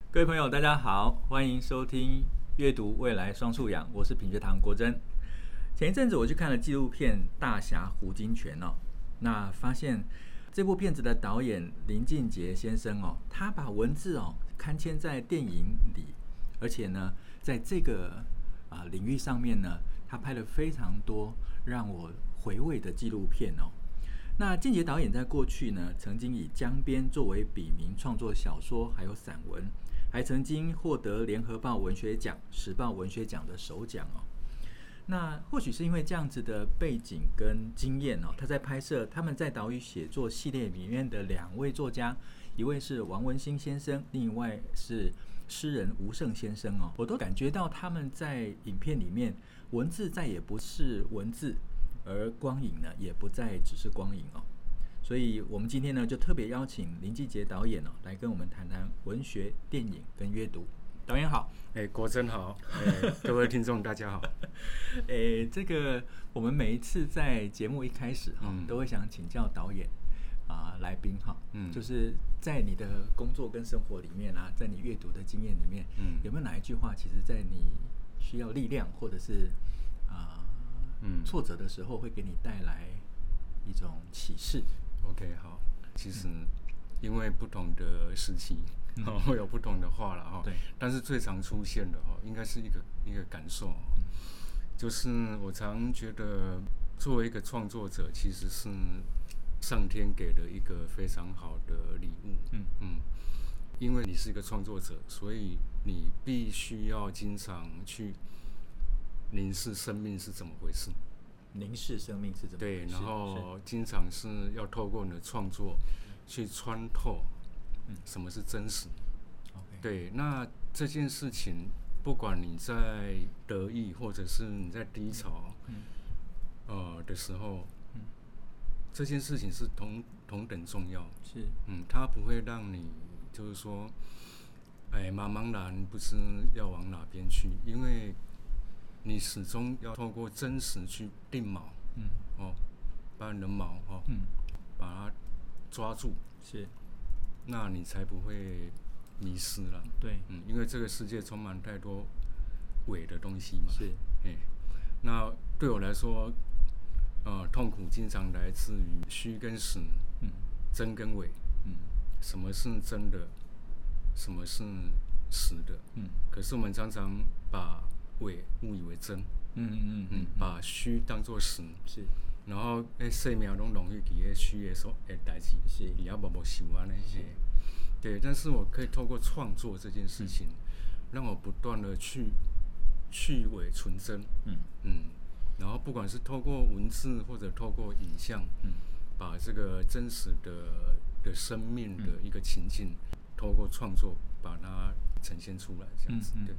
各位朋友，大家好，欢迎收听阅读未来双素养，我是品学堂国珍。前一阵子我去看了纪录片《大侠胡金铨》哦，那发现这部片子的导演林靖杰先生哦，他把文字哦刊嵌在电影里，而且呢，在这个领域上面呢，他拍了非常多让我回味的纪录片哦。那靖杰导演在过去呢，曾经以江边作为笔名创作小说还有散文，还曾经获得联合报文学奖、时报文学奖的首奖哦。那或许是因为这样子的背景跟经验哦，他在拍摄他们在岛屿写作系列里面的两位作家，一位是王文兴先生，另一位是诗人吴胜先生哦，我都感觉到他们在影片里面文字再也不是文字，而光影呢也不再只是光影哦。所以我们今天呢就特别邀请林靖杰导演哦来跟我们谈谈文学、电影跟阅读。导演好。 国珍好，各位听众大家好。 这个我们每一次在节目一开始都会想请教导演来宾哈，就是在你的工作跟生活里面啊，在你阅读的经验里面，有没有哪一句话，其实在你需要力量或者是挫折的时候，会给你带来一种启示？ OK 好，其实因为不同的时期会有不同的话了哈， 对， 但是最常出现的应该是一个感受，就是我常觉得作为一个创作者，其实是上天给的一个非常好的礼物，因为你是一个创作者，所以你必须要经常去凝视生命是怎么回事。 凝视生命是怎么回事？ 对，然后经常是要透过你的创作去穿透什么是真实。对，那这件事情，不管你在得意或者是你在低潮的时候，这件事情是同等重要。 是， 它不会让你就是说，茫茫然不知要往哪边去，因为你始终要透过真实去定锚，把你的锚把它抓住， 是， 那你才不会迷失了。 对， 因为这个世界充满太多伪的东西嘛。 是， 那对我来说，痛苦经常来自于虚跟实，真跟伪，什么是真的，什么是实的，可是我们常常把伪误以为真，把虚当作实， 是， 然后生命拢容易伫虚的代志， 是， 也默默想安尼，对。但是我可以透过创作这件事情，让我不断的去伪存真，然后不管是透过文字或者透过影像，把这个真实的生命的一个情境，透过创作把它呈现出来，这样子，对。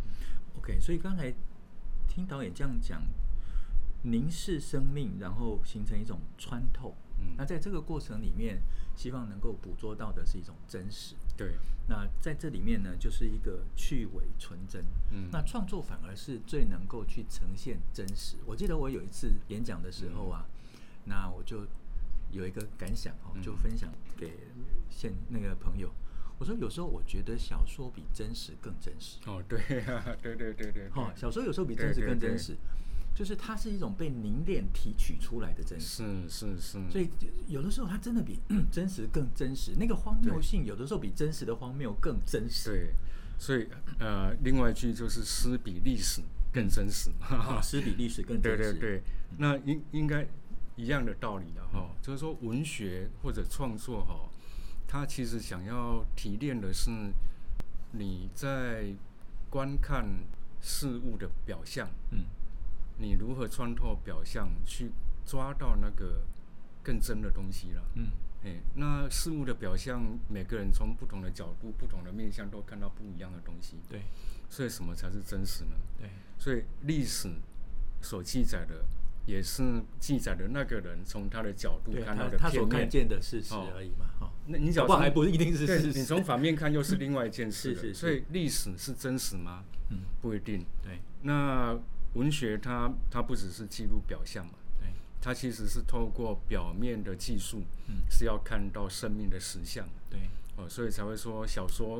OK， 所以刚才听导演这样讲，凝视生命，然后形成一种穿透。那在这个过程里面，希望能够捕捉到的是一种真实。 对。 那在这里面呢，就是一个去伪存真。那创作反而是最能够去呈现真实。我记得我有一次演讲的时候啊，那我就有一个感想就分享给那个朋友。我说有时候我觉得小说比真实更真实。 对啊，对。 小说有时候比真实更真实，就是它是一种被凝练提取出来的真实。 是。 所以有的时候它真的比真实更真实，那个荒谬性有的时候比真实的荒谬更真实。 对，所以另外一句就是诗比历史更真实。 诗比历史更真实。 对。那应该一样的道理了就是说文学或者创作它其实想要提炼的是你在观看事物的表象，你如何穿透表象去抓到那个更真的东西了。那事物的表象，每个人从不同的角度、不同的面向都看到不一样的东西。 对， 所以什么才是真实呢？ 对， 所以历史所记载的，也是记载的那个人从他的角度看到的片面， 他所看见的事实而已嘛。 那你讲还不一定是事实， 你从反面看又是另外一件事。 是。 所以历史是真实吗？不一定。 对。 那文学它不只是记录表象嘛， 对， 它其实是透过表面的技术，是要看到生命的实相。 对。 所以才会说小说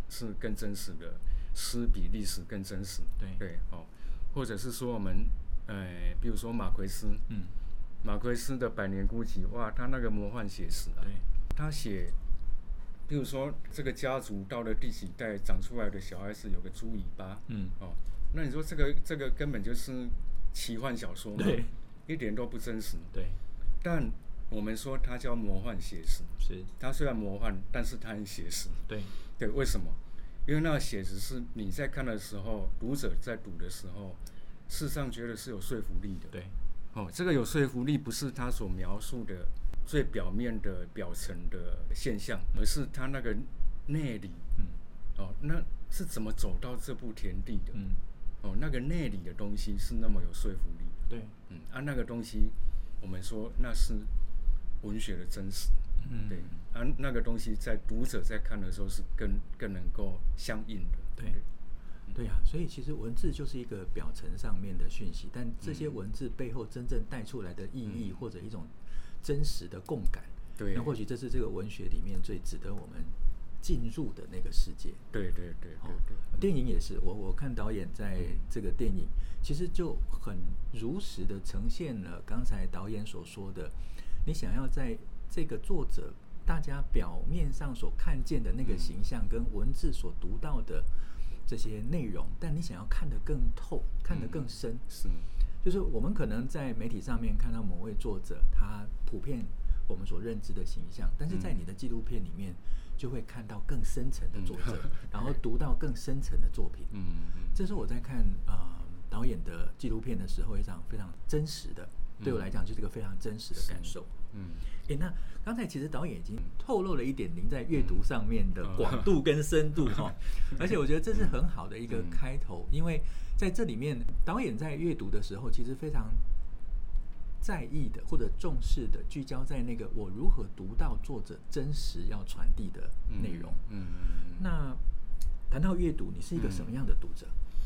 是更真实的，诗比历史更真实。对，或者是说我们比如说马奎斯，马奎斯的《百年孤寂》，哇，他那个魔幻写实啊，他写，比如说这个家族到了第几代长出来的小孩子有个猪尾巴，那你说这个根本就是奇幻小说嘛，一点都不真实。 对， 但我们说它叫魔幻写实， 是它虽然魔幻，但是它很写实。对，为什么？因为那个写实是你在看的时候，读者在读的时候，事实上觉得是有说服力的。 对， 这个有说服力不是他所描述的最表面的表层的现象，而是他那个内里，那是怎么走到这步田地的？那个内里的东西是那么有说服力。 对， 那个东西我们说那是文学的真实。对，那个东西在读者在看的时候是更能够相应的。 对啊，所以其实文字就是一个表层上面的讯息，但这些文字背后真正带出来的意义，或者一种真实的共感，那或许这是这个文学里面最值得我们进入的那个世界。 对。 电影也是，我看导演在这个电影其实就很如实的呈现了刚才导演所说的，你想要在这个作者大家表面上所看见的那个形象跟文字所读到的这些内容，但你想要看得更透，看得更深，就是我们可能在媒体上面看到某位作者他普遍我们所认知的形象，但是在你的纪录片里面就会看到更深层的作者，然后读到更深层的作品。这是我在看导演的纪录片的时候一场非常真实的，对我来讲就是一个非常真实的感受。那刚才其实导演已经透露了一点您在阅读上面的广度跟深度而且我觉得这是很好的一个开头，因为在这里面导演在阅读的时候其实非常在意的或者重视的聚焦在那个我如何读到作者真实要传递的内容。那谈到阅读，你是一个什么样的读者？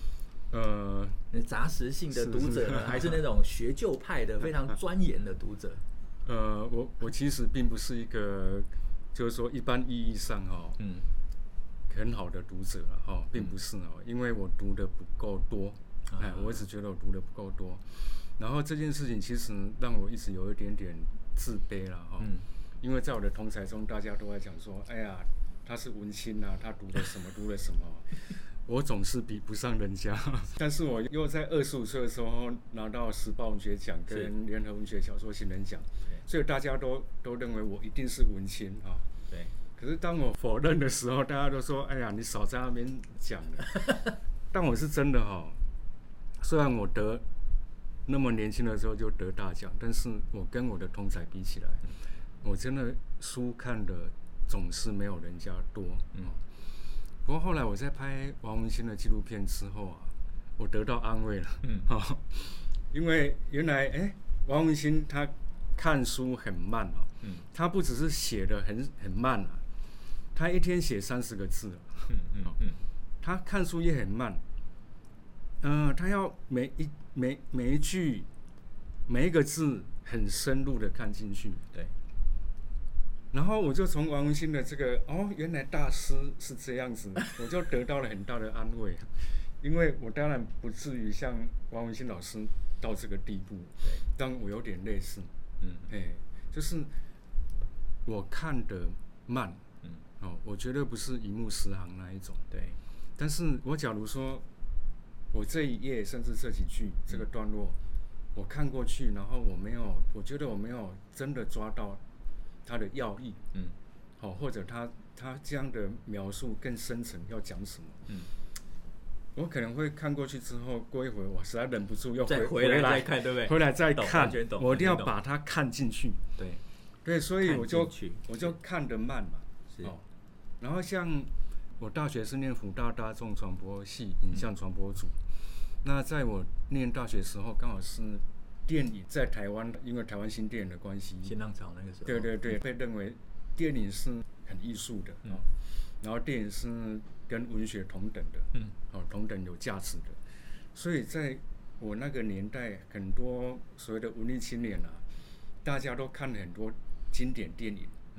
杂食性的读者呢，还是那种学究派的非常钻研的读者？ 我其实并不是一个，就是说一般意义上很好的读者了并不是因为我读的不够多，我一直觉得我读的不够多，然后这件事情其实让我一直有一点点自卑了因为在我的同侪中，大家都在讲说，哎呀，他是文青啊，他读了什么读了什么。我总是比不上人家，但是我又在25岁的时候拿到时报文学奖跟联合文学小说新人奖，所以大家都认为我一定是文青对。 可是当我否认的时候，大家都说：“哎呀，你少在那边讲了。”但我是真的虽然我得那么年轻的时候就得大奖，但是我跟我的同侪比起来，我真的书看的总是没有人家多。不过后来我在拍王文兴的纪录片之后我得到安慰了。因为原来王文兴他看书很慢他不只是写的很慢他一天写30个字他看书也很慢。他要每一句每一个字很深入的看进去。 对。 然后我就从王文兴的这个原来大师是这样子，我就得到了很大的安慰，因为我当然不至于像王文兴老师到这个地步，但我有点类似，就是我看得慢，我绝对不是一目十行那一种， 对。 但是我假如说我这一页甚至这几句这个段落，我看过去，然后我觉得我没有真的抓到他的要义，或者他这样的描述更深层要讲什么，我可能会看过去之后，过一会儿我实在忍不住又回来再看，对不对？ 回来再看，我一定要把它看进去。对，所以我就看得慢嘛。然后像我大学是念辅大大众传播系影像传播组，那在我念大学的时候，刚好是电影在台湾，因为台湾新电影的关系， 新浪潮那个时候， 对，被认为电影是很艺术的，然后电影是跟文学同等的，同等有价值的。所以在我那个年代，很多所谓的文艺青年大家都看了很多经典电影，比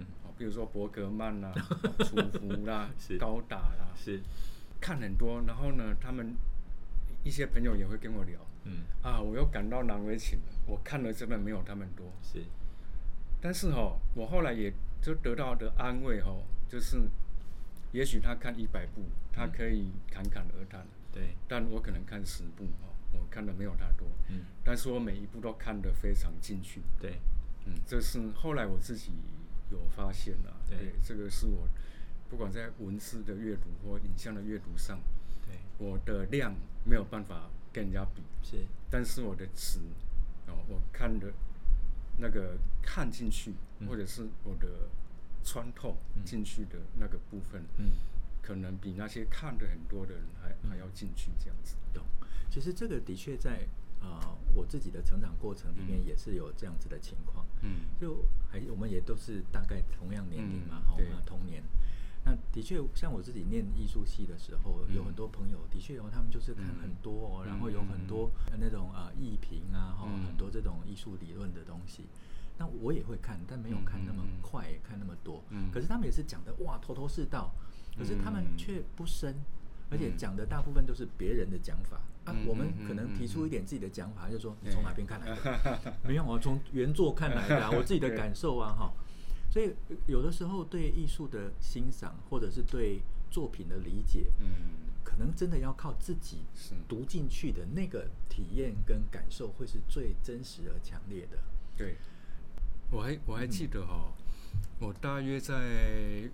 比如说伯格曼啦、楚服啦、高达啦， 是看很多。然后呢，他们一些朋友也会跟我聊，我又感到难为情了。我看了真的没有他们多， 是。 但是我后来也就得到的安慰就是也许他看100部，他可以侃侃而谈， 对， 但我可能看10部，我看的没有他多，但是我每一部都看得非常进去， 对， 这是后来我自己有发现了，对，这个是我不管在文字的阅读或影像的阅读上，对，我的量没有办法跟人家比， 是， 但是我的词，我看的那个看进去，或者是我的穿透进去的那个部分，可能比那些看的很多的人还要进去这样子。 懂。其实这个的确在我自己的成长过程里面也是有这样子的情况。就我们也都是大概同样年龄嘛，同年。那的确，像我自己念艺术系的时候，有很多朋友的确他们就是看很多然后有很多那种艺评啊，很多这种艺术理论的东西。那我也会看，但没有看那么快，看那么多。可是他们也是讲的哇头头是道，可是他们却不深，而且讲的大部分都是别人的讲法。我们可能提出一点自己的讲法，就说你从哪边看来的？没有啊，从原作看来的我自己的感受啊所以有的时候对艺术的欣赏，或者是对作品的理解，可能真的要靠自己读进去的那个体验跟感受，会是最真实而强烈的。 对，我还记得我大约在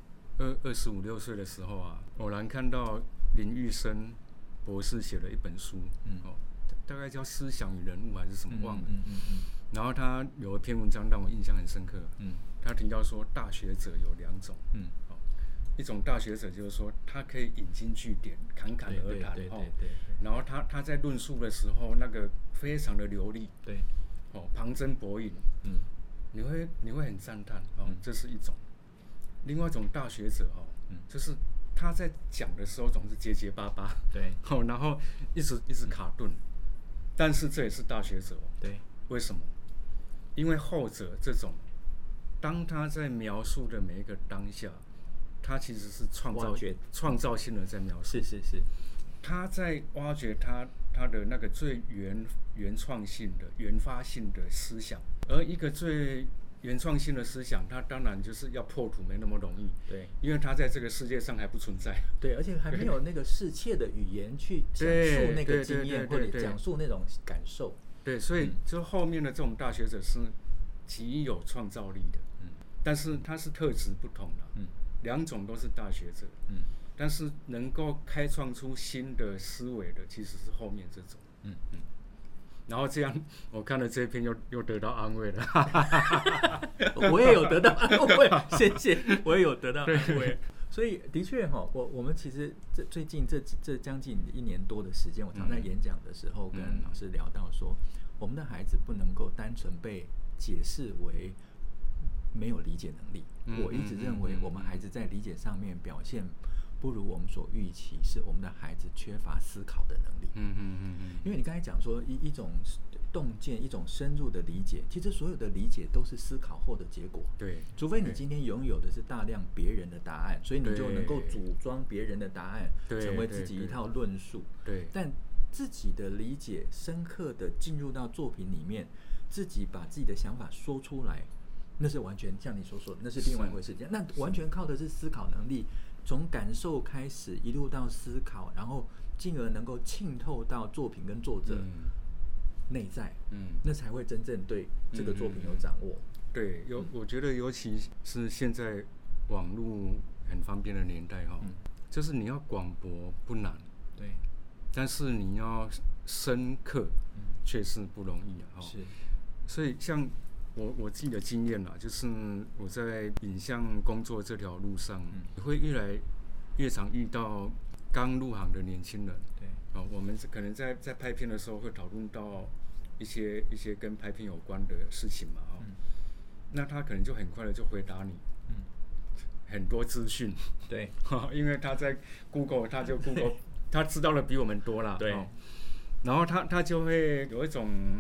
25、26岁的时候偶然看到林玉生博士写了一本书，大概叫《思想与人物》还是什么忘了。然后他有一篇文章让我印象很深刻。他提到说，大学者有2种。一种大学者就是说，他可以引经据典，侃侃而谈。然后他在论述的时候，那个非常的流利。对。旁征博引。你会很赞叹。这是一种。另外一种大学者就是他在讲的时候总是结结巴巴。对。然后一直卡顿。但是这也是大学者。对。为什么？因为后者这种，当他在描述的每一个当下，他其实是创造性的在描述。是。他在挖掘他的那个最原创性的、原发性的思想，而一个最原创性的思想，它当然就是要破土没那么容易。对，因为它在这个世界上还不存在。对， 而且还没有那个世切的语言去讲述那个经验，或者讲述那种感受。 对，所以就后面的这种大学者是极有创造力的。但是他是特质不同的。2种都是大学者。但是能够开创出新的思维的，其实是后面这种。然后这样，我看了这篇又得到安慰了。 我也有得到安慰，谢谢，我也有得到安慰。所以的确我们其实最近这将近1年多的时间，我常在演讲的时候跟老师聊到说，我们的孩子不能够单纯被解释为没有理解能力。我一直认为我们孩子在理解上面表现不如我们所预期，是我们的孩子缺乏思考的能力。因为你刚才讲说一种洞见，一种深入的理解，其实所有的理解都是思考后的结果。对，除非你今天拥有的是大量别人的答案，所以你就能够组装别人的答案，成为自己一套论述。对，但自己的理解深刻的进入到作品里面，自己把自己的想法说出来，那是完全像你所说的，那是另外一回事。那完全靠的是思考能力，从感受开始一路到思考，然后进而能够浸透到作品跟作者内在，那才会真正对这个作品有掌握。 对，我觉得尤其是现在网络很方便的年代就是你要广博不难，对，但是你要深刻却是不容易是，所以像我自己的经验啦，就是我在影像工作这条路上，会越常遇到刚入行的年轻人。对，我们可能在拍片的时候会讨论到一些跟拍片有关的事情嘛，那他可能就很快的就回答你，很多资讯。对，因为他在 Google， 他知道的比我们多啦。对，然后他就会有一种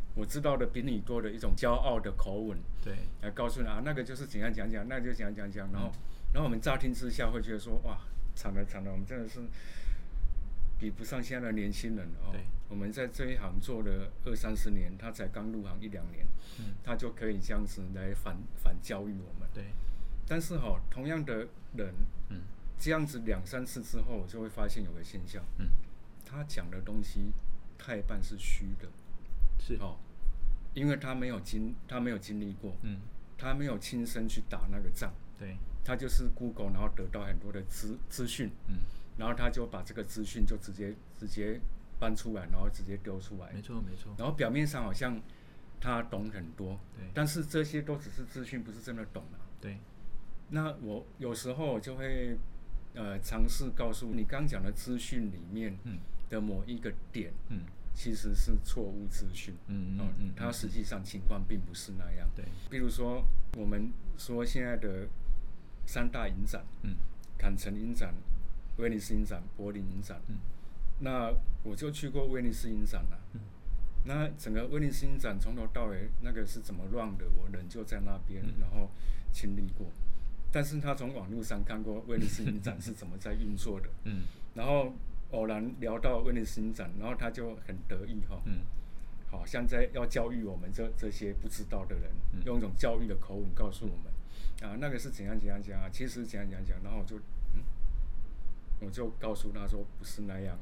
我知道的比你多的一种骄傲的口吻， 对， 来告诉你啊，那个就是怎样讲讲，那个就怎样讲讲，然后我们乍听之下会觉得说，哇，惨了，我们真的是比不上现在的年轻人哦。我们在这一行做了20-30年，他才刚入行1-2年，他就可以这样子来反教育我们。 对， 但是同样的人，这样子2-3次之后，我就会发现有个现象，他讲的东西太半是虚的。 是因为他没有经历过，他没有亲身去打那个仗， 对， 他就是 Google， 然后得到很多的资讯，然后他就把这个资讯就直接搬出来，然后直接丢出来， 没错， 然后表面上好像他懂很多， 对， 但是这些都只是资讯，不是真的懂啊。 对， 那我有时候我就会尝试告诉你，刚讲的资讯里面的某一个点，其实是错误资讯，它实际上情况并不是那样。 对， 比如说我们说现在的3大影展，坎城影展、威尼斯影展、柏林影展，那我就去过威尼斯影展了。那整个威尼斯影展从头到尾那个是怎么run的，我人就在那边，然后亲历过。但是他从网络上看过威尼斯影展是怎么在运作的，然后偶然聊到威尼斯影展，然后他就很得意好像在要教育我们这些不知道的人，用一种教育的口吻告诉我们啊，那个是怎样怎样讲啊，其实怎样怎样讲，然后我就告诉他说不是那样，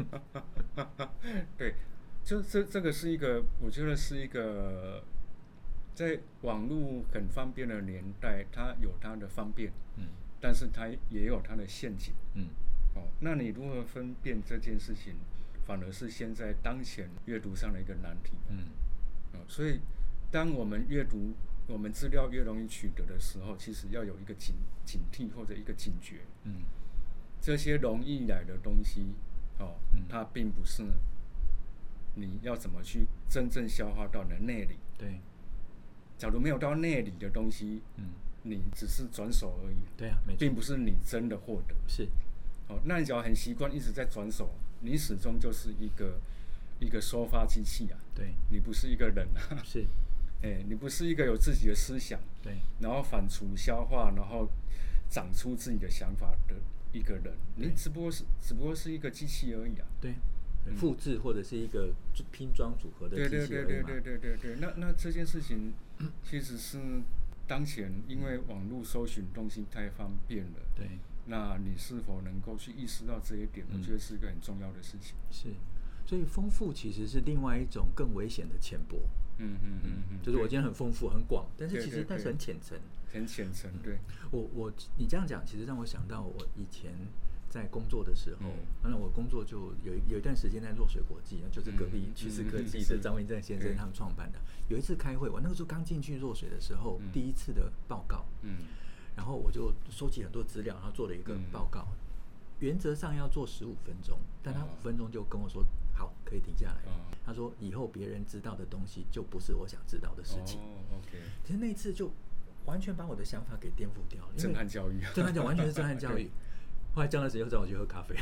对，就这个是一个，我觉得是一个在网络很方便的年代，它有它的方便，但是它也有它的陷阱，那你如何分辨这件事情，反而是现在当前阅读上的一个难题。所以当我们阅读，我们资料越容易取得的时候，其实要有一个警惕或者一个警觉。这些容易来的东西，它并不是你要怎么去真正消化到你的内里。 对， 假如没有到内里的东西，你只是转手而已。 对啊，没错， 并不是你真的获得。 是。 那你只要很习惯一直在转手，你始终就是一个收发机器啊。 对， 你不是一个人啊。 是。 你不是一个有自己的思想， 对， 然后反刍消化，然后长出自己的想法的一个人，你只不过是一个机器而已啊。 对，复制或者是一个拼装组合的机器而已嘛。 对。那这件事情其实是当前因为网络搜寻东西太方便了。 对。 那你是否能够去意识到这一点？我觉得是一个很重要的事情。 是，所以丰富其实是另外一种更危险的浅薄。就是我今天很丰富很广，但是其实它是很浅层。 很浅层，对。 你这样讲，其实让我想到我以前在工作的时候，那我工作就有一段时间在弱水国际，就是隔壁趋势科技的张文正先生他们创办的。有一次开会，我那个时候刚进去弱水的时候，第一次的报告，然后我就收集很多资料，然后做了一个报告。原则上要做15分钟，但他5分钟就跟我说好，可以停下来。他说以后别人知道的东西就不是我想知道的事情。其实那一次就完全把我的想法给颠覆掉了。 震撼教育， 震撼教育完全是震撼教育。后来江老师又找我去喝咖啡，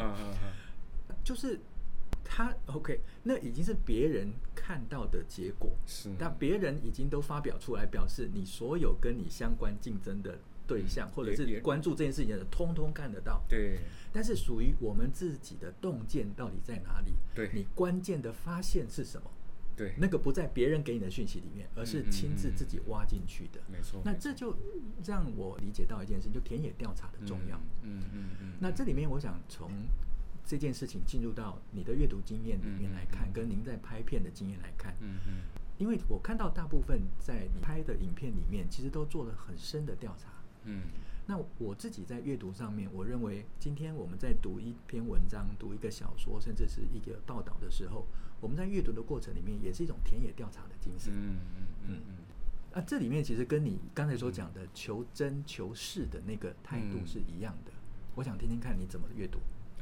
就是他 OK， 那已经是别人看到的结果，但别人已经都发表出来，表示你所有跟你相关竞争的对象，或者是关注这件事情的人，通通看得到。 对。 但是属于我们自己的洞见到底在哪里？ 对。 你关键的发现是什么？ 对。 那个不在别人给你的讯息里面，而是亲自自己挖进去的。 没错。 那这就让我理解到一件事，就田野调查的重要。那这里面我想从这件事情进入到你的阅读经验里面来看，跟您在拍片的经验来看。因为我看到大部分在你拍的影片里面，其实都做了很深的调查。那我自己在阅读上面，我认为今天我们在读一篇文章、读一个小说，甚至是一个报道的时候，我们在阅读的过程里面，也是一种田野调查的精神。这里面其实跟你刚才所讲的求真求是的那个态度是一样的。我想听听看你怎么阅读。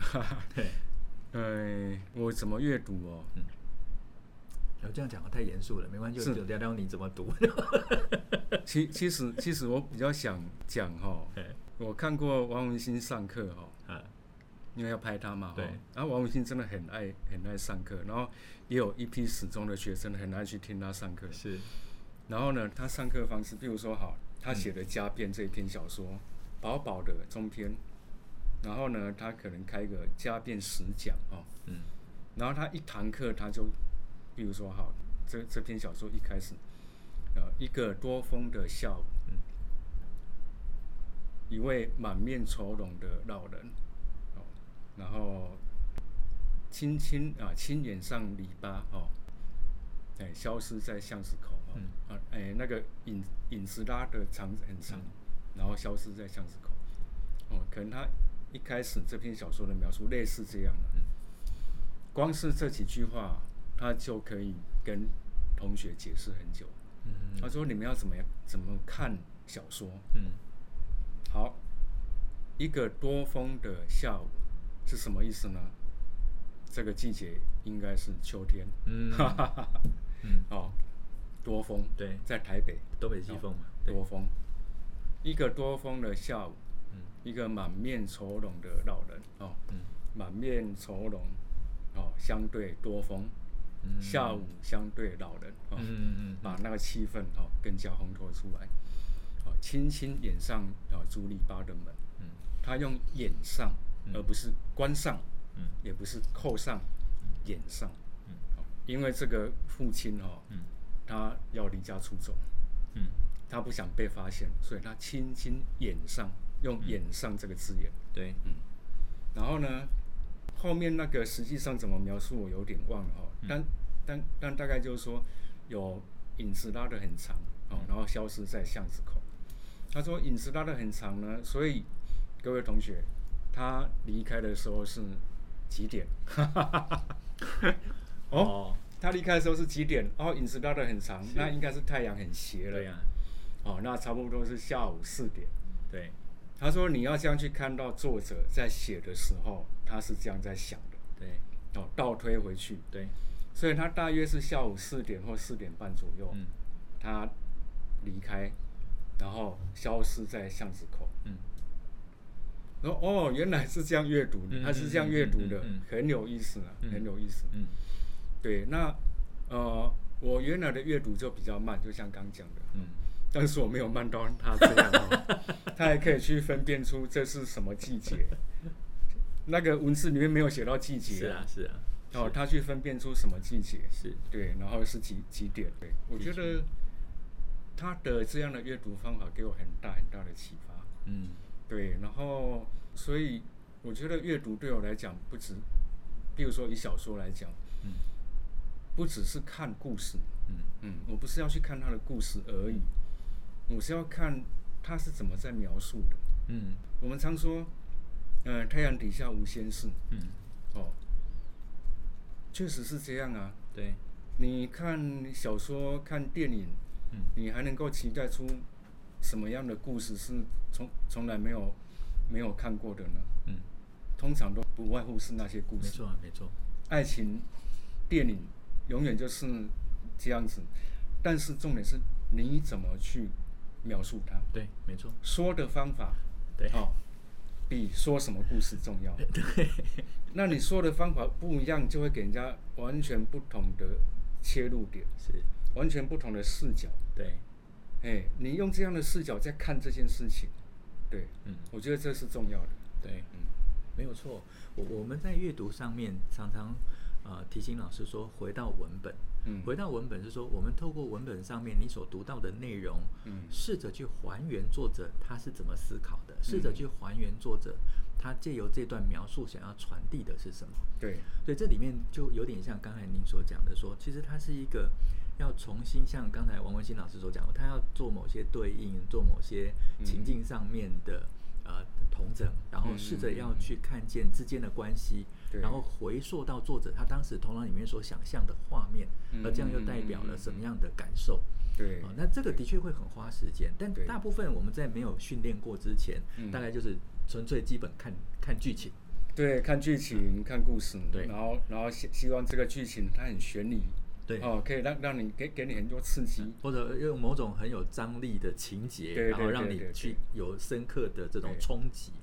我怎么阅读哦？ 这样讲太严肃了，没关系，就聊聊你怎么读。 其实我比较想讲我看过王文兴上课因为要拍他嘛。 对。 然后王文兴真的很爱上课，然后也有一批死忠的学生很爱去听他上课。 是。 然后呢，他上课方式，比如说他写的《家变》这一篇小说，薄薄的中篇，然后呢，他可能开个《家变10讲》然后他一堂课他就，比如说这篇小说一开始，一个多风的下午，一位满面愁容的老人，然后轻眼上篱笆消失在巷子口那个影子拉的很长，然后消失在巷子口可能他一开始这篇小说的描述类似这样的，光是这几句话，他就可以跟同学解释很久。他说：“你们要怎么看小说？好，一个多风的下午是什么意思呢？这个季节应该是秋天。多风， 对， 在台北， 东北季风嘛， 多风。一个多风的下午，一个满面愁容的老人满面愁容相对多风。”下午相对老人把那个气氛更加烘托出来。轻轻掩上竹篱笆的门，他用掩上，而不是关上，也不是扣上，掩上。因为这个父亲他要离家出走，他不想被发现，所以他轻轻掩上，用掩上这个字眼。 对， 然后呢？后面那个实际上怎么描述我有点忘了但大概就是说有影子拉得很长然后消失在巷子口。他说影子拉得很长呢，所以各位同学，他离开的时候是几点？他离开的时候是几点？影子拉得很长，那应该是太阳很斜了。 对呀。 那差不多是下午4点。 对。 他说你要这样去看到作者在写的时候，他是这样在想的。 对。 倒推回去。 对。 所以他大约是下午4点或4点半左右，他离开，然后消失在巷子口。说原来是这样阅读的，他是这样阅读的，很有意思很有意思。对，那我原来的阅读就比较慢，就像刚讲的。但是我没有慢到他这样他还可以去分辨出这是什么季节。那个文字里面没有写到季节。 是啊。 他去分辨出什么季节。 是。 对，然后是几点。对，我觉得他的这样的阅读方法给我很大很大的启发。对，然后所以我觉得阅读对我来讲不止，比如说以小说来讲，不只是看故事。我不是要去看他的故事而已。我是要看他是怎么在描述的。我们常说，太阳底下无仙事。确实是这样啊。 对。 你看小说、看电影，你还能够期待出什么样的故事是从来没有看过的呢？通常都不外乎是那些故事。 没错啊，没错。 爱情电影永远就是这样子，但是重点是你怎么去描述它。 对，没错。 说的方法， 对， 比说什么故事重要。 对。 那你说的方法不一样，就会给人家完全不同的切入点， 是完全不同的视角。 对。 你用这样的视角在看这件事情，对，我觉得这是重要的。 对，没有错。我们在阅读上面常常提醒老师说，回到文本。回到文本是说，我们透过文本上面你所读到的内容，试着去还原作者他是怎么思考的，试着去还原作者他借由这段描述想要传递的是什么。 对， 所以这里面就有点像刚才您所讲的说，其实它是一个要重新像刚才王文兴老师所讲的，他要做某些对应，做某些情境上面的统整，然后试着要去看见之间的关系，然后回溯到作者他当时头脑里面所想象的画面，而这样又代表了什么样的感受？ 对， 那这个的确会很花时间，但大部分我们在没有训练过之前，大概就是纯粹基本看剧情。 对，看剧情，看故事，对，然后希望这个剧情它很悬疑。 对， 可以让你给你很多刺激， 或者用某种很有张力的情节，然后让你去有深刻的这种冲击。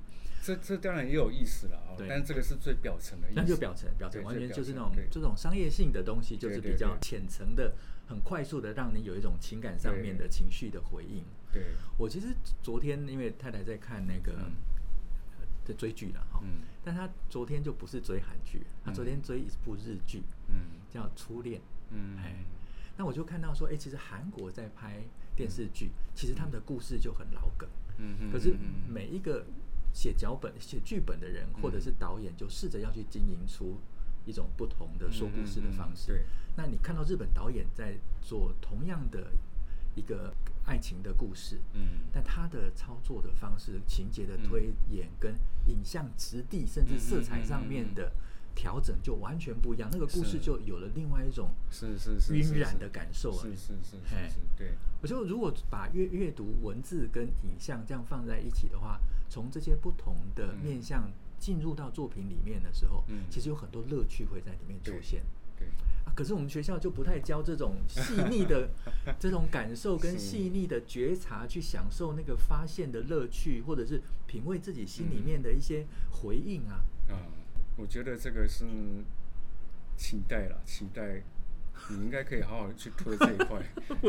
这当然也有意思了但这个是最表层的意思。 那就表层完全就是那种这种商业性的东西，就是比较浅层的，很快速的让你有一种情感上面的情绪的回应。 对， 我其实昨天因为太太在看那个在追剧了但她昨天就不是追韩剧，她昨天追一部日剧，叫《初恋》。那我就看到说，其实韩国在拍电视剧，其实他们的故事就很老梗，可是每一个写剧本的人或者是导演，就试着要去经营出一种不同的说故事的方式。那你看到日本导演在做同样的一个爱情的故事，但他的操作的方式、情节的推演跟影像质地，甚至色彩上面的调整就完全不一样，那个故事就有了另外一种晕染的感受。 对。 我就如果把阅读文字跟影像这样放在一起的话，从这些不同的面向进入到作品里面的时候，其实有很多乐趣会在里面出现。可是我们学校就不太教这种细腻的这种感受跟细腻的觉察，去享受那个发现的乐趣，或者是品味自己心里面的一些回应啊。 我觉得这个是期待，你应该可以好好去推这一块。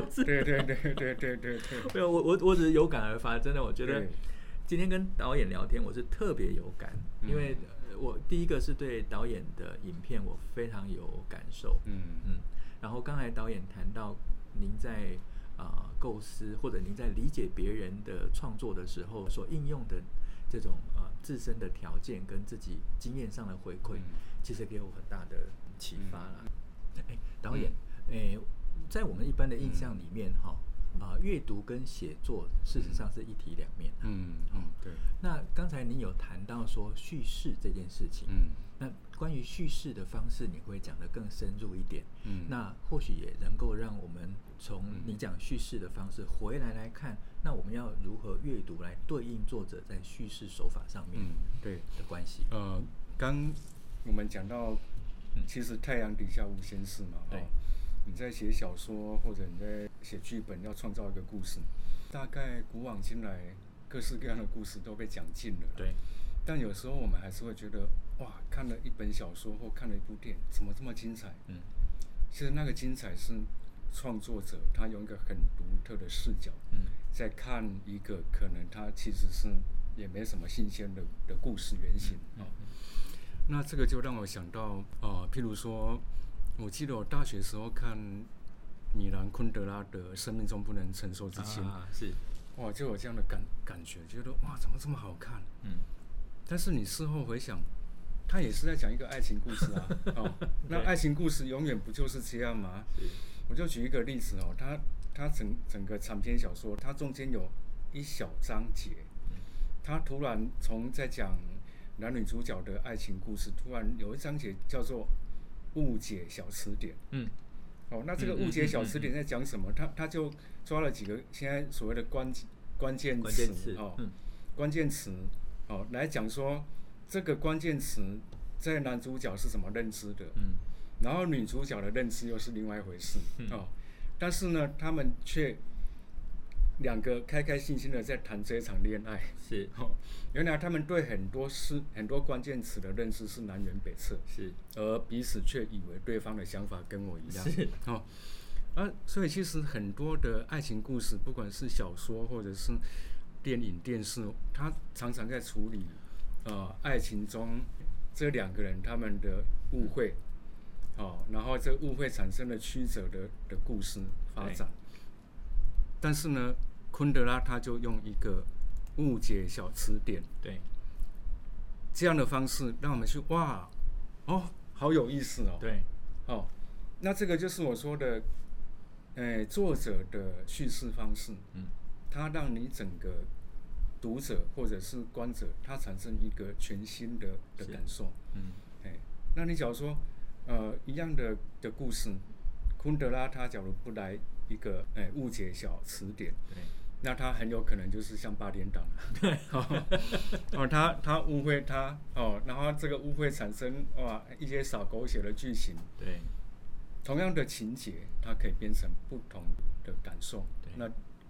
对。 没有，我只是有感而发，真的，我觉得今天跟导演聊天，我是特别有感，因为我第一个是对导演的影片我非常有感受，然后刚才导演谈到您在构思或者您在理解别人的创作的时候所应用的这种自身的条件跟自己经验上的回馈，其实给我很大的启发啦。导演，在我们一般的印象里面阅读跟写作事实上是一体两面。 对。 那刚才您有谈到说叙事这件事情，那关于叙事的方式，你会讲得更深入一点。那或许也能够让我们从你讲叙事的方式回来看，那我们要如何阅读来对应作者在叙事手法上面的关系。 刚我们讲到，其实太阳底下无闲事嘛。你在写小说或者你在写剧本，要创造一个故事，大概古往今来各式各样的故事都被讲尽了。 对。 但有时候我们还是会觉得，哇，看了一本小说或看了一部电影，怎么这么精彩？其实那个精彩是创作者他用一个很独特的视角，在看一个可能他其实是也没什么新鲜的故事原型。那这个就让我想到，譬如说，我记得我大学时候看米兰昆德拉的《生命中不能承受之轻》，哇，就有这样的感觉，觉得哇，怎么这么好看？但是你事后回想，他也是在讲一个爱情故事啊。那爱情故事永远不就是这样吗？我就举一个例子他整个长篇小说，它中间有一小章节，他突然从在讲男女主角的爱情故事，突然有一章节叫做误解小词典。那这个误解小词典在讲什么？他就抓了几个现在所谓的关键词来讲说这个关键词在男主角是怎么认知的，然后女主角的认知又是另外一回事。但是呢，他们却两个开开心心的在谈这一场恋爱。原来他们对很多关键词的认识是南辕北辙，而彼此却以为对方的想法跟我一样。所以其实很多的爱情故事，不管是小说或者是电影、电视，它常常在处理爱情中这两个人他们的误会，然后这误会产生了曲折的故事发展。但是呢，昆德拉他就用一个误解小词典，这样的方式让我们去哇，好有意思哦。那这个就是我说的，作者的叙事方式，他让你整个读者或者是观者，他产生一个全新的感受。那你假如说一样的故事，昆德拉他假如不来一个误解小词典，那他很有可能就是像八点档。他误会他然后这个误会产生一些洒狗血的剧情。同样的情节，它可以变成不同的感受。那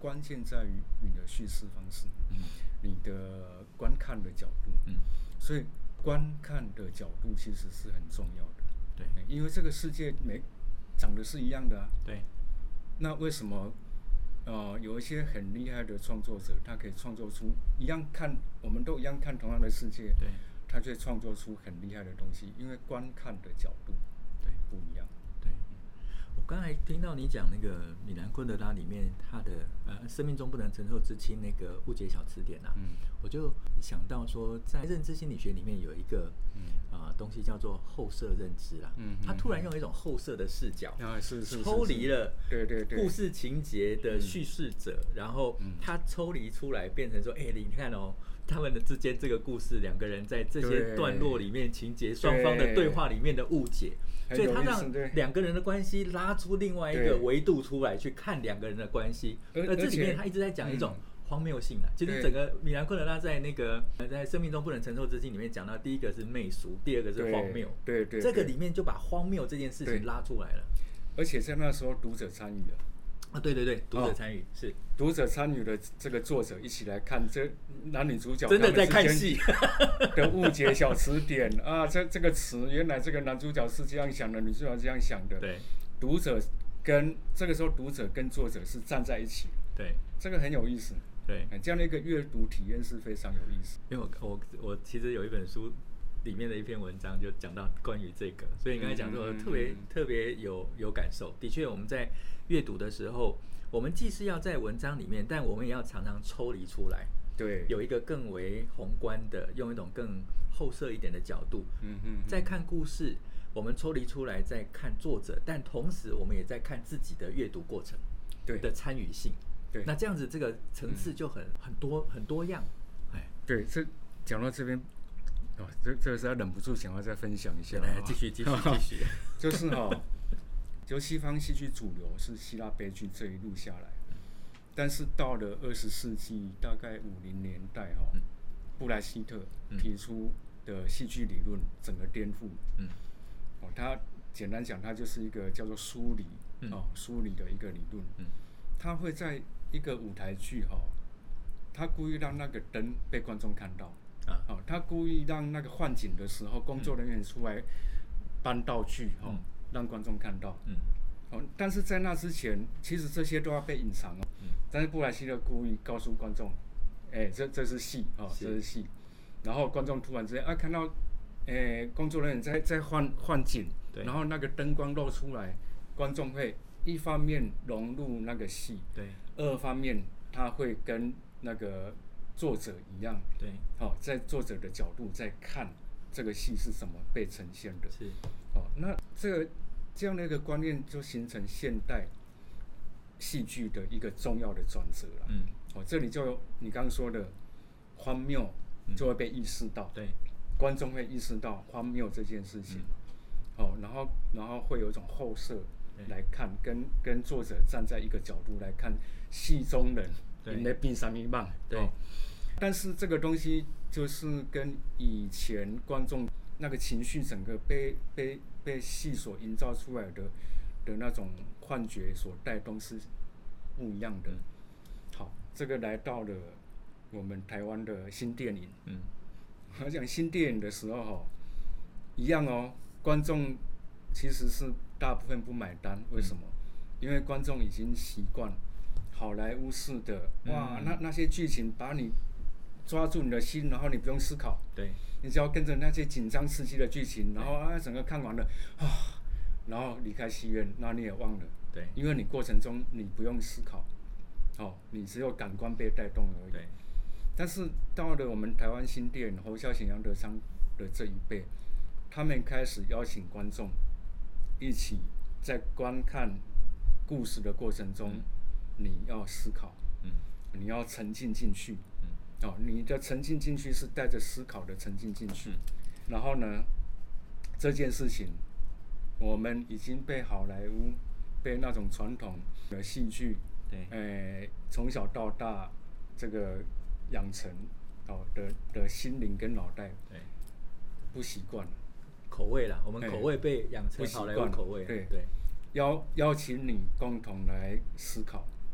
关键在于你的叙事方式，你的观看的角度，所以观看的角度其实是很重要的。 对， 因为这个世界长得是一样的啊。 对。 那为什么有一些很厉害的创作者，他可以创作出我们都一样看同样的世界， 对， 他却创作出很厉害的东西，因为观看的角度对不一样。 对，我刚才听到你讲那个米兰昆德拉里面他的生命中不能承受之轻那个误解小词典啊，我就想到说，在认知心理学里面有一个东西叫做后设认知啦，他突然用一种后设的视角，抽离了故事情节的叙事者，然后他抽离出来变成说，你看哦，他们的之间这个故事，两个人在这些段落里面情节双方的对话里面的误解，所以他让两个人的关系拉出另外一个维度出来去看两个人的关系，而这里面他一直在讲一种荒谬性啊。其实整个米兰昆德拉在那个在生命中不能承受之轻里面讲到，第一个是媚俗，第二个是荒谬， 对， 这个里面就把荒谬这件事情拉出来了， 而且在那时候读者参与了。 对，读者参与，是读者参与的这个作者一起来看这男女主角真的在看戏的误解小词典啊，这个词原来这个男主角是这样想的，女主角这样想的。 对， 这个时候读者跟作者是站在一起。 对， 这个很有意思。 对， 这样的一个阅读体验是非常有意思。 因为我其实有一本书里面的一篇文章就讲到关于这个，所以你刚才讲说特别有感受。的确，我们在阅读的时候，我们既是要在文章里面，但我们也要常常抽离出来， 对， 有一个更为宏观的，用一种更后设一点的角度，在看故事，我们抽离出来在看作者，但同时我们也在看自己的阅读过程的参与性。 对， 那这样子这个层次就很多样。 对，这讲到这边。这个实在忍不住想要再分享一下。 来，继续。 就是就西方戏剧主流是希腊悲剧这一路下来，但是到了20世纪大概50年代布莱希特提出的戏剧理论整个颠覆。他简单讲，他就是一个叫做梳理的一个理论。他会在一个舞台剧他故意让那个灯被观众看到。他故意让那个换景的时候，工作人员出来搬道具，让观众看到。但是在那之前，其实这些都要被隐藏。但是布莱希特故意告诉观众，这是戏，这是戏。然后观众突然之间看到，工作人员在换景，然后那个灯光露出来，观众会一方面融入那个戏，二方面他会跟那个作者一样，在作者的角度在看这个戏是怎么被呈现的。 是， 那这样的一个观念就形成现代戏剧的一个重要的转折了。这里就有你刚刚说的荒谬就会被意识到，观众会意识到荒谬这件事情，然后会有一种后设来看，跟作者站在一个角度来看戏中人。你在变什么梦？但是这个东西就是跟以前观众那个情绪整个被戏所营造出来的那种幻觉所带动是不一样的。好，这个来到了我们台湾的新电影。我讲新电影的时候一样观众其实是大部分不买单。为什么？因为观众已经习惯好莱坞式的那些剧情把你抓住你的心，然后你不用思考，你只要跟着那些紧张刺激的剧情，然后整个看完了然后离开戏院，那你也忘了，因为你过程中你不用思考，你只有感官被带动而已。但是到了我们台湾新电影侯孝贤、杨德昌的这一辈，他们开始邀请观众一起在观看故事的过程中。你要思考，你要沉浸进去，你的沉浸进去是带着思考的沉浸进去。然后呢，这件事情，我们已经被好莱坞、被那种传统的戏剧，从小到大这个养成的心灵跟脑袋，不习惯口味啦，我们口味被养成好莱坞口味， 邀请你共同来思考。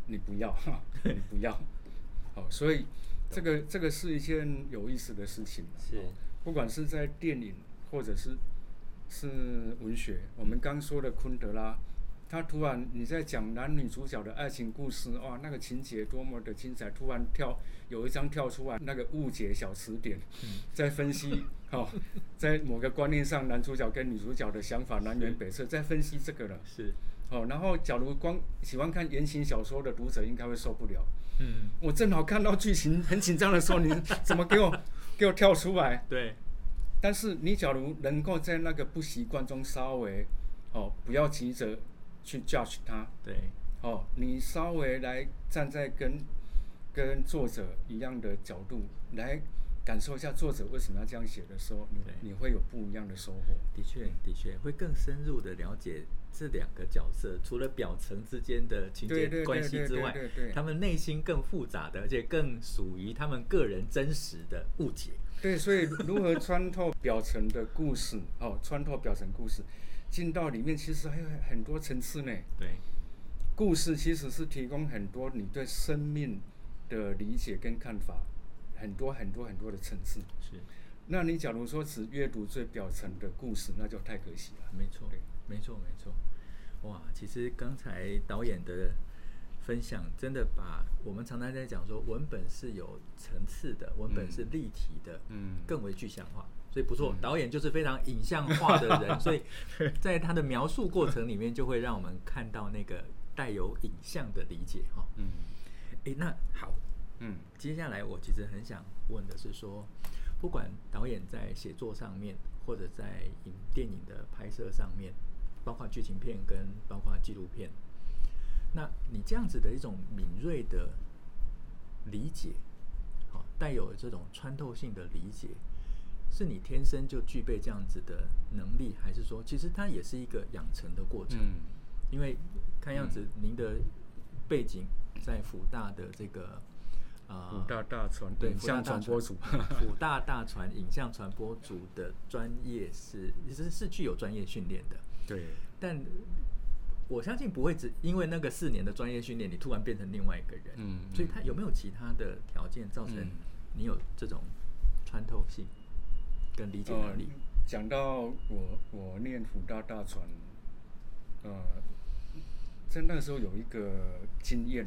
你不要哈，你不要。好，所以这个是一件有意思的事情。 是， 不管是在电影或者是文学，我们刚说的昆德拉，他突然你在讲男女主角的爱情故事，哇，那个情节多么的精彩，突然有一张跳出来，那个误解小词典，在分析在某个观念上，男主角跟女主角的想法南辕北辙，在分析这个了。 是， 然后假如光喜欢看言情小说的读者应该会受不了。我正好看到剧情很紧张的时候，你怎么给我跳出来？ 对。 但是你假如能够在那个不习惯中稍微不要急着去 judge 它， 对， 你稍微来站在跟作者一样的角度来感受一下作者为什么要这样写的时候，你会有不一样的收获。 的确会更深入的了解这两个角色，除了表层之间的情节关系之外，他们内心更复杂的，而且更属于他们个人真实的误解。 对，所以如何穿透表层的故事，穿透表层故事，进到里面，其实还有很多层次呢。 对， 故事其实是提供很多你对生命的理解跟看法，很多的层次。 是， 那你假如说只阅读最表层的故事，那就太可惜了。 没错，没错。哇，其实刚才导演的分享真的把我们常常在讲说文本是有层次的，文本是立体的，更为具象化。所以不错，导演就是非常影像化的人，所以在他的描述过程里面就会让我们看到那个带有影像的理解哈。那好，接下来我其实很想问的是说，不管导演在写作上面，或者在电影的拍摄上面，包括剧情片跟包括纪录片，那你这样子的一种敏锐的理解，带有这种穿透性的理解，是你天生就具备这样子的能力，还是说其实它也是一个养成的过程？因为看样子您的背景在辅大的这个辅大大传影像传播组， 辅大大传影像传播组的专业是具有专业训练的。 对， 但我相信不会只因为那个4年的专业训练，你突然变成另外一个人。所以他有没有其他的条件造成你有这种穿透性跟理解能力？ 讲到我念辅大大传，在那时候有一个经验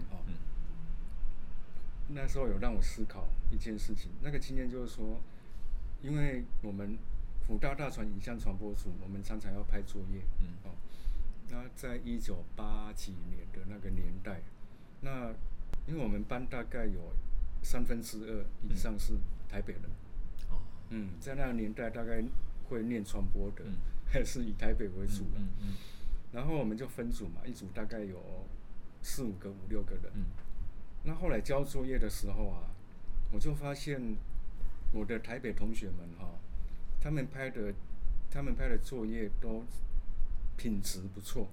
那时候有让我思考一件事情。那个经验就是说，因为我们辅大大传影像传播组，我们常常要拍作业，那在1980几年的那个年代，那因为我们班大概有2/3以上是台北人，在那个年代大概会念传播的，还是以台北为主的，然后我们就分组嘛，一组大概有4、5个、5、6个人，那后来交作业的时候啊，我就发现我的台北同学们他们拍的作业都品质不错，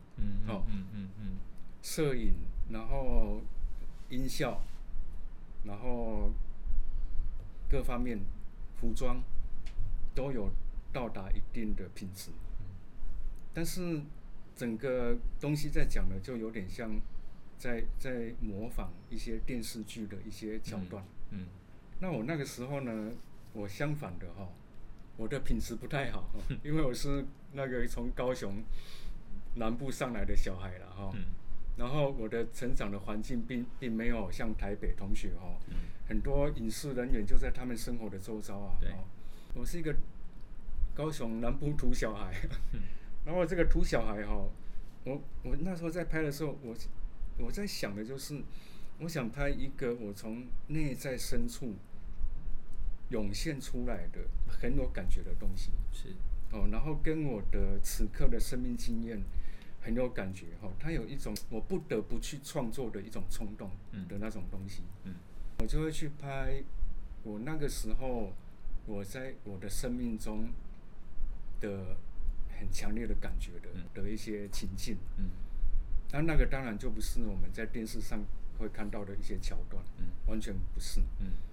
摄影，然后音效，然后各方面服装都有到达一定的品质，但是整个东西在讲的就有点像在模仿一些电视剧的一些桥段。那我那个时候呢，我相反的我的品质不太好，因为我是那个从高雄南部上来的小孩了然后我的成长的环境并没有像台北同学很多影视人员就在他们生活的周遭啊。我是一个高雄南部土小孩，然后这个土小孩我那时候在拍的时候，我在想的就是，我想拍一个我从内在深处涌现出来的很有感觉的东西，然后跟我的此刻的生命经验很有感觉它有一种我不得不去创作的一种冲动的那种东西，我就会去拍我那个时候我在我的生命中的很强烈的感觉的一些情境，那个当然就不是我们在电视上会看到的一些桥段，完全不是。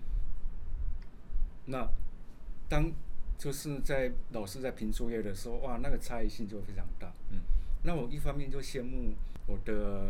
那当就是在老师在评作业的时候，哇，那个差异性就非常大。那我一方面就羡慕我的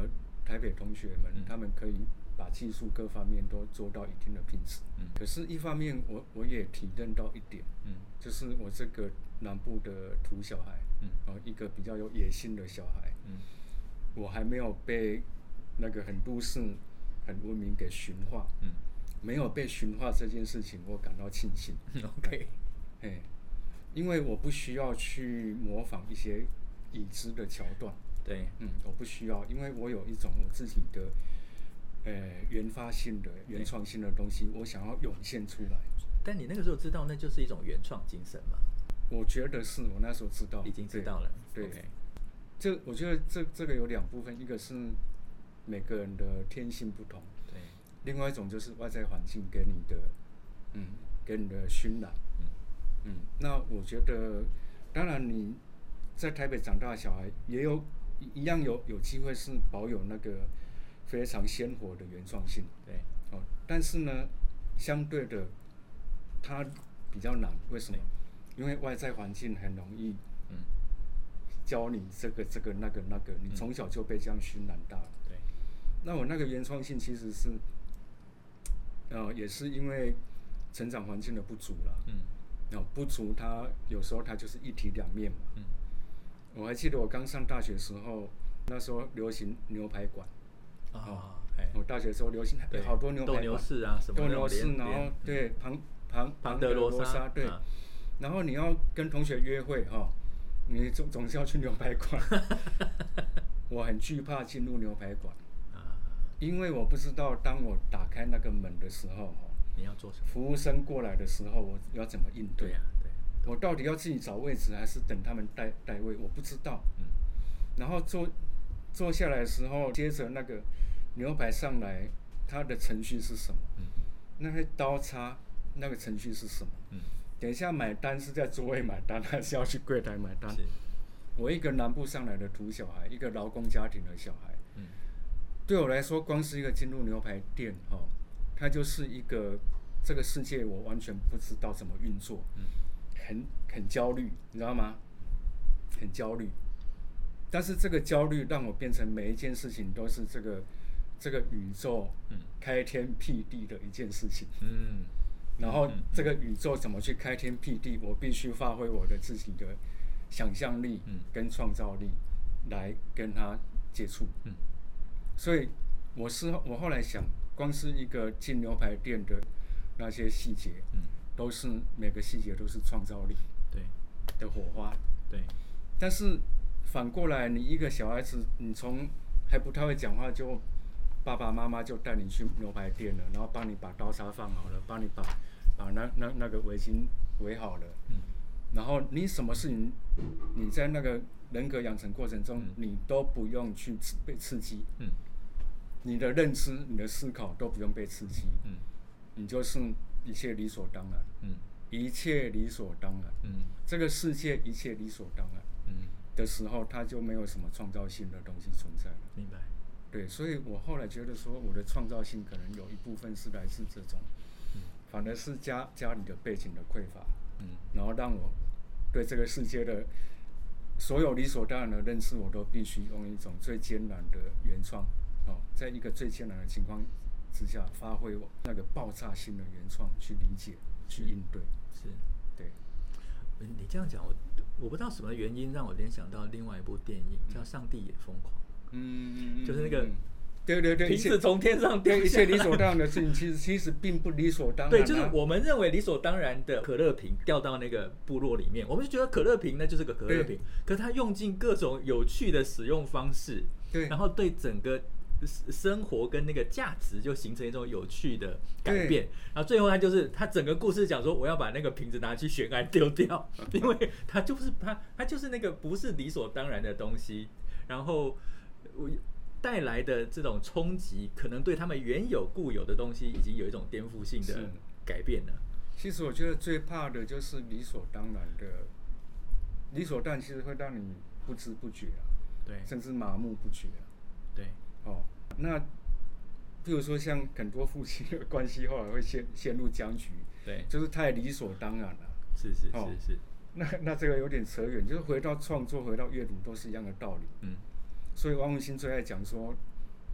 台北同学们，他们可以把技术各方面都做到一定的品质。可是，一方面我也体认到一点，就是我这个南部的土小孩，一个比较有野心的小孩，我还没有被那个很都市、很文明给驯化，没有被驯化这件事情，我感到庆幸。 OK， 因为我不需要去模仿一些已知的桥段， 对， 我不需要，因为我有一种我自己的原发性的、原创性的东西，我想要涌现出来。 但你那个时候知道那就是一种原创精神吗？ 我觉得是我那时候知道， 已经知道了。 对， okay， 我觉得这个有两部分，一个是每个人的天性不同， 对， 另外一种就是外在环境给你的熏染，那我觉得，当然你在台北长大的小孩也一样有机会是保有那个非常鲜活的原创性， 对， 但是呢，相对的，它比较难，为什么？因为外在环境很容易，教你这个那个，你从小就被这样熏染大了。 对， 那我那个原创性其实是，也是因为成长环境的不足了。不足它有时候它就是一体两面嘛。我还记得我刚上大学的时候，那时候流行牛排馆。我大学的时候流行好多牛排馆， 斗牛士啊什么的， 斗牛士，然后对庞德罗莎，对。然后你要跟同学约会你总是要去牛排馆。我很惧怕进入牛排馆，因为我不知道当我打开那个门的时候， 你要做什么？ 服务生过来的时候，我要怎么应对？ 对， 我到底要自己找位置，还是等他们带位？我不知道。然后坐下来的时候，接着那个牛排上来，它的程序是什么？那些刀叉那个程序是什么？等一下买单是在座位买单，还是要去柜台买单？我一个南部上来的土小孩，一个劳工家庭的小孩，对我来说，光是一个进入牛排店，它就是一个这个世界我完全不知道怎么运作，很焦虑，你知道吗？很焦虑。但是这个焦虑让我变成每一件事情都是这个宇宙开天辟地的一件事情。然后这个宇宙怎么去开天辟地，我必须发挥我的自己的想象力跟创造力来跟他接触。所以我后来想，光是一个进牛排店的那些细节，都是每个细节都是创造力的火花。 对。 但是反过来，你一个小孩子，你从还不太会讲话就爸爸妈妈就带你去牛排店了，然后帮你把刀叉放好了，帮你把那个围巾围好了，然后你什么事情，你在那个人格养成过程中，你都不用去被刺激，你的认知、你的思考都不用被刺激，你就是一切理所当然，一切理所当然，这个世界一切理所当然，的时候，它就没有什么创造性的东西存在了。 明白。 对，所以我后来觉得说，我的创造性可能有一部分是来自这种，反而是家里的背景的匮乏，然后让我对这个世界的所有理所当然的认识，我都必须用一种最艰难的原创，在一个最艰难的情况之下，发挥我那个爆炸性的原创去理解、去应对。 是， 对。 你这样讲，我不知道什么原因让我联想到另外一部电影，叫《上帝也疯狂》。就是那个， 对， 瓶子从天上掉下来， 一切理所当然的事情，其实并不理所当然。 对，就是我们认为理所当然的可乐瓶掉到那个部落里面，我们就觉得可乐瓶那就是个可乐瓶，可是它用尽各种有趣的使用方式， 对， 然后对整个生活跟那个价值就形成一种有趣的改变，然后最后他整个故事讲说，我要把那个瓶子拿去悬崖丢掉，因为它就是那个不是理所当然的东西，然后带来的这种冲击，可能对他们原有固有的东西已经有一种颠覆性的改变了。 其实我觉得最怕的就是理所当然的，理所当然其实会让你不知不觉对， 甚至麻木不觉对。 那比如说像很多夫妻的关系后来会陷入僵局， 对， 就是太理所当然了。 是。 那这个有点扯远，就是回到创作、回到阅读都是一样的道理。所以王文兴最爱讲说，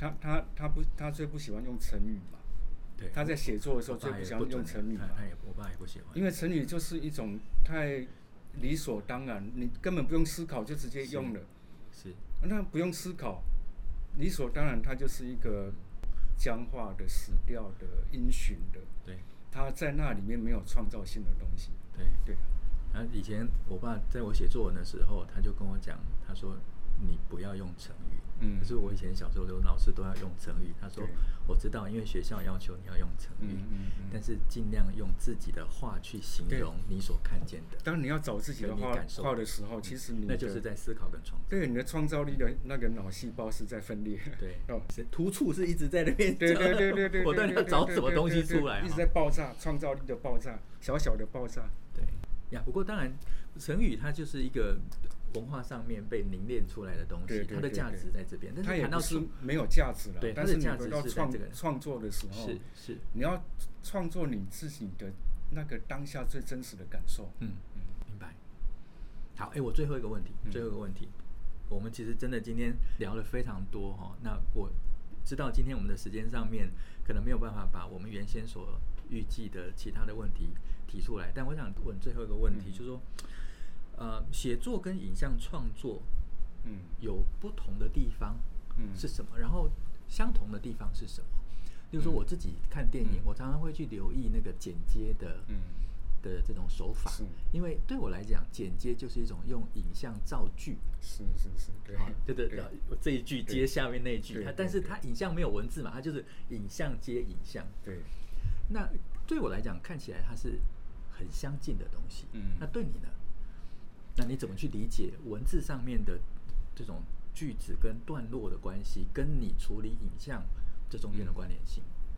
他最不喜欢用成语嘛。 对， 他在写作的时候最不喜欢用成语嘛。 我爸也不喜欢。 因为成语就是一种太理所当然，你根本不用思考就直接用了。 是。 那不用思考，理所当然，它就是一个僵化的、死掉的、因循的。 对。 他在那里面没有创造性的东西。 对对。以前我爸在我写作文的时候，他就跟我讲，他说你不要用成语。可是我以前小时候的老师都要用成语，他说我知道，因为学校要求你要用成语，但是尽量用自己的话去形容你所看见的。 当你要找自己的话的时候，其实那就是在思考跟创造。 对，你的创造力的那个脑细胞是在分裂。 对，突触是一直在那边。对，我到底要找什么东西出来？ 一直在爆炸，创造力的爆炸，小小的爆炸。 对呀，不过当然，成语它就是一个文化上面被凝练出来的东西，它的价值在这边。但是它也不是没有价值了。 对， 但是你回到创作的时候， 是你要创作你自己的那个当下最真实的感受。 明白。好，我最后一个问题，我们其实真的今天聊了非常多哈。那我知道今天我们的时间上面可能没有办法把我们原先所预计的其他的问题提出来，但我想问最后一个问题，就是说。写作跟影像创作，有不同的地方是什么？然后相同的地方是什么？例如说我自己看电影，我常常会去留意那个剪接的这种手法，因为对我来讲，剪接就是一种用影像造句。 是， 对，这一句接下面那一句，但是它影像没有文字嘛，它就是影像接影像。 对， 那对我来讲，看起来它是很相近的东西。那对你呢？那你怎么去理解文字上面的这种句子跟段落的关系，跟你处理影像这中间的关联性？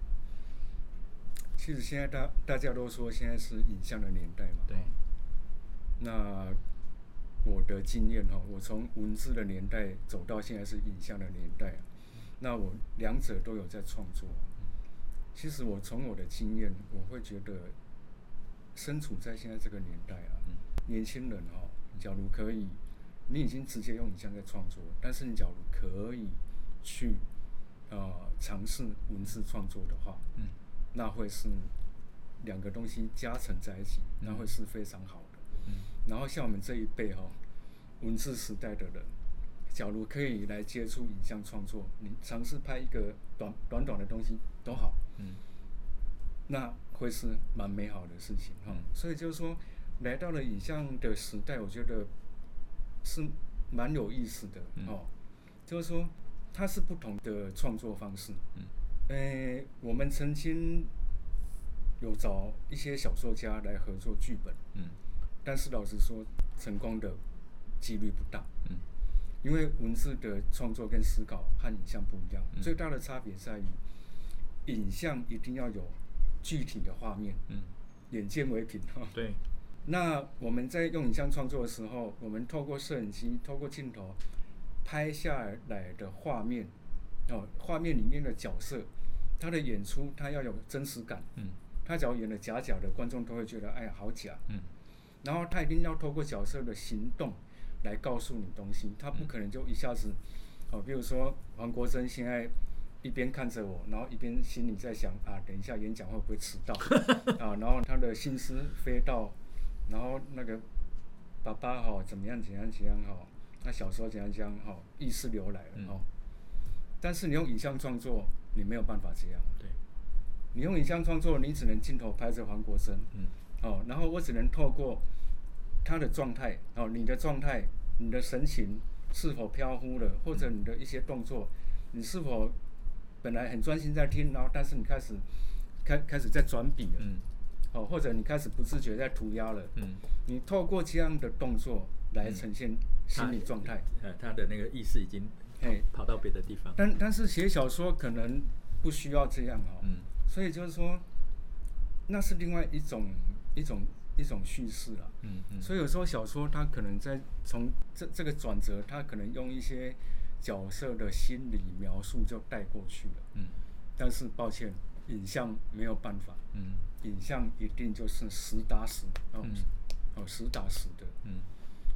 其实现在大家都说现在是影像的年代嘛。 对。 那我的经验我从文字的年代走到现在是影像的年代，那我两者都有在创作。其实我从我的经验，我会觉得身处在现在这个年代年轻人假如可以，你已经直接用影像在创作，但是你假如可以去尝试文字创作的话，那会是两个东西加成在一起，那会是非常好的。然后像我们这一辈文字时代的人，假如可以来接触影像创作，你尝试拍一个短的东西都好，那会是蛮美好的事情所以就是说。来到了影像的时代，我觉得是蛮有意思的就是说它是不同的创作方式。我们曾经有找一些小说家来合作剧本，但是老实说，成功的几率不大。因为文字的创作跟思考和影像不一样，最大的差别在于，影像一定要有具体的画面，眼见为凭对。 那我们在用影像创作的时候，我们透过摄影机、透过镜头拍下来的画面，画面里面的角色，他的演出他要有真实感。他只要演的假的，观众都会觉得哎呀好假。然后他一定要透过角色的行动来告诉你东西，他不可能就一下子，比如说黄国珍现在一边看着我，然后一边心里在想等一下演讲会不会迟到然后他的心思飞到。然后那个爸爸怎么样那小时候怎样意识流来了但是你用影像创作，你没有办法这样。 对。 你用影像创作，你只能镜头拍着黄国珍，然后我只能透过他的状态，你的状态，你的神情是否飘忽了，或者你的一些动作，你是否本来很专心在听，然后但是你开始在转笔了。或者你开始不自觉在涂鸦了，你透过这样的动作来呈现心理状态， 他的那个意识已经跑到别的地方。 但是写小说可能不需要这样所以就是说，那是另外一种叙事了。所以有时候小说它可能在从这个转折，它可能用一些角色的心理描述就带过去了。但是抱歉，影像没有办法。影像一定就是实打实，实打实的。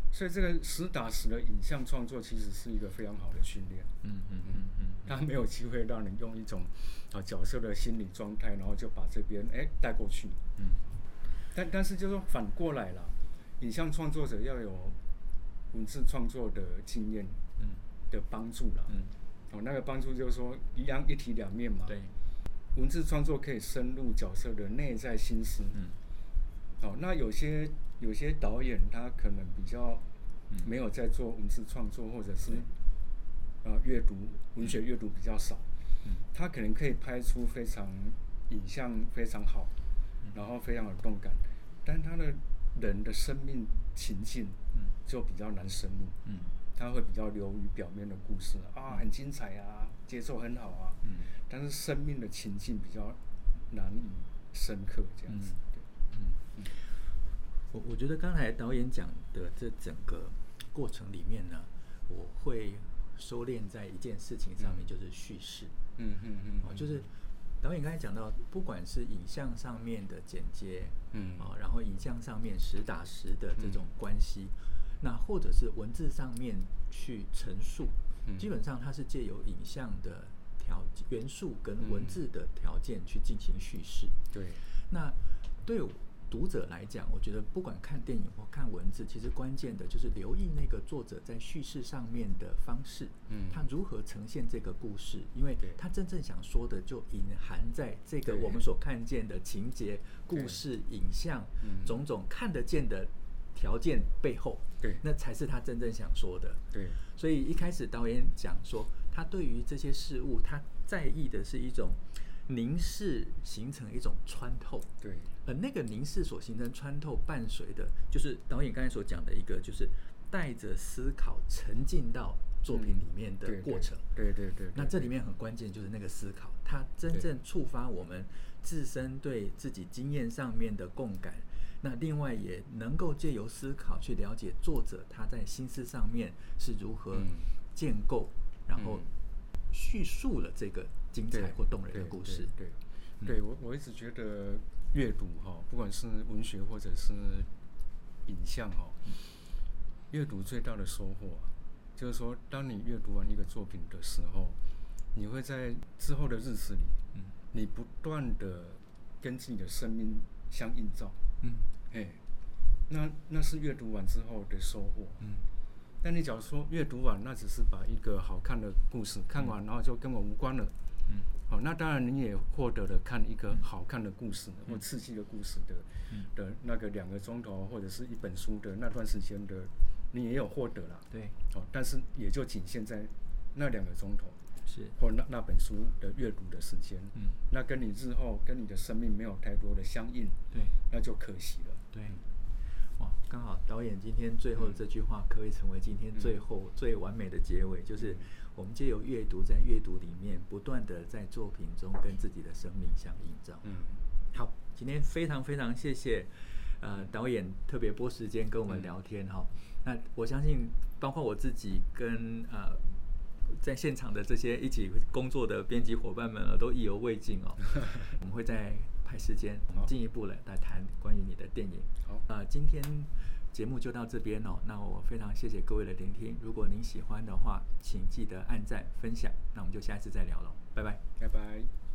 所以这个实打实的影像创作其实是一个非常好的训练。他没有机会让你用一种角色的心理状态，然后就把这边带过去。但是就是说反过来啦，影像创作者要有文字创作的经验的帮助啦。那个帮助就是说一样一体两面嘛。 对， 文字创作可以深入角色的内在心思。那有些导演他可能比较没有在做文字创作，或者是阅读文学阅读比较少，他可能可以拍出非常影像非常好，然后非常有动感，但他的人的生命情境就比较难深入。他会比较流于表面的故事很精彩啊，节奏很好啊，但是生命的情境比较难以深刻这样子。 我觉得刚才导演讲的这整个过程里面呢，我会收敛在一件事情上面，就是叙事。就是导演刚才讲到，不管是影像上面的剪接，然后影像上面实打实的这种关系，那或者是文字上面去陈述，基本上它是借由影像的元素跟文字的条件去进行叙事。 对， 那对读者来讲，我觉得不管看电影或看文字，其实关键的就是留意那个作者在叙事上面的方式，他如何呈现这个故事，因为他真正想说的就隐含在这个我们所看见的情节、故事、影像种种看得见的条件背后，那才是他真正想说的。 对， 所以一开始导演讲说，他对于这些事物，他在意的是一种凝视形成一种穿透。 对， 而那个凝视所形成穿透，伴随的就是导演刚才所讲的一个，就是带着思考沉浸到作品里面的过程。 对。 那这里面很关键就是那个思考，它真正触发我们自身对自己经验上面的共感。那另外也能够借由思考去了解作者他在心思上面是如何建构，然后叙述了这个精彩或动人的故事。 对，我一直觉得阅读不管是文学或者是影像阅读最大的收获就是说，当你阅读完一个作品的时候，你会在之后的日子里，你不断的跟自己的生命相映照。那是阅读完之后的收获。但你假如说阅读完，那只是把一个好看的故事看完，然后就跟我无关了。那当然你也获得了看一个好看的故事或刺激的故事的那个2个钟头或者是一本书的那段时间的，你也有获得了。 对， 但是也就仅限在那2个钟头， 是或那本书的阅读的时间。那跟你日后跟你的生命没有太多的相应， 对， 那就可惜了。 对，哇，刚好导演今天最后的这句话可以成为今天最后最完美的结尾，就是我们借由阅读，在阅读里面不断的在作品中跟自己的生命相映照。好，今天非常非常谢谢导演特别拨时间跟我们聊天那我相信包括我自己跟在现场的这些一起工作的编辑伙伴们都意犹未尽我们会再派时间进一步来谈关于你的电影。今天节目就到这边那我非常谢谢各位的聆听。如果您喜欢的话，请记得按赞分享。那我们就下一次再聊了，拜拜。 拜拜。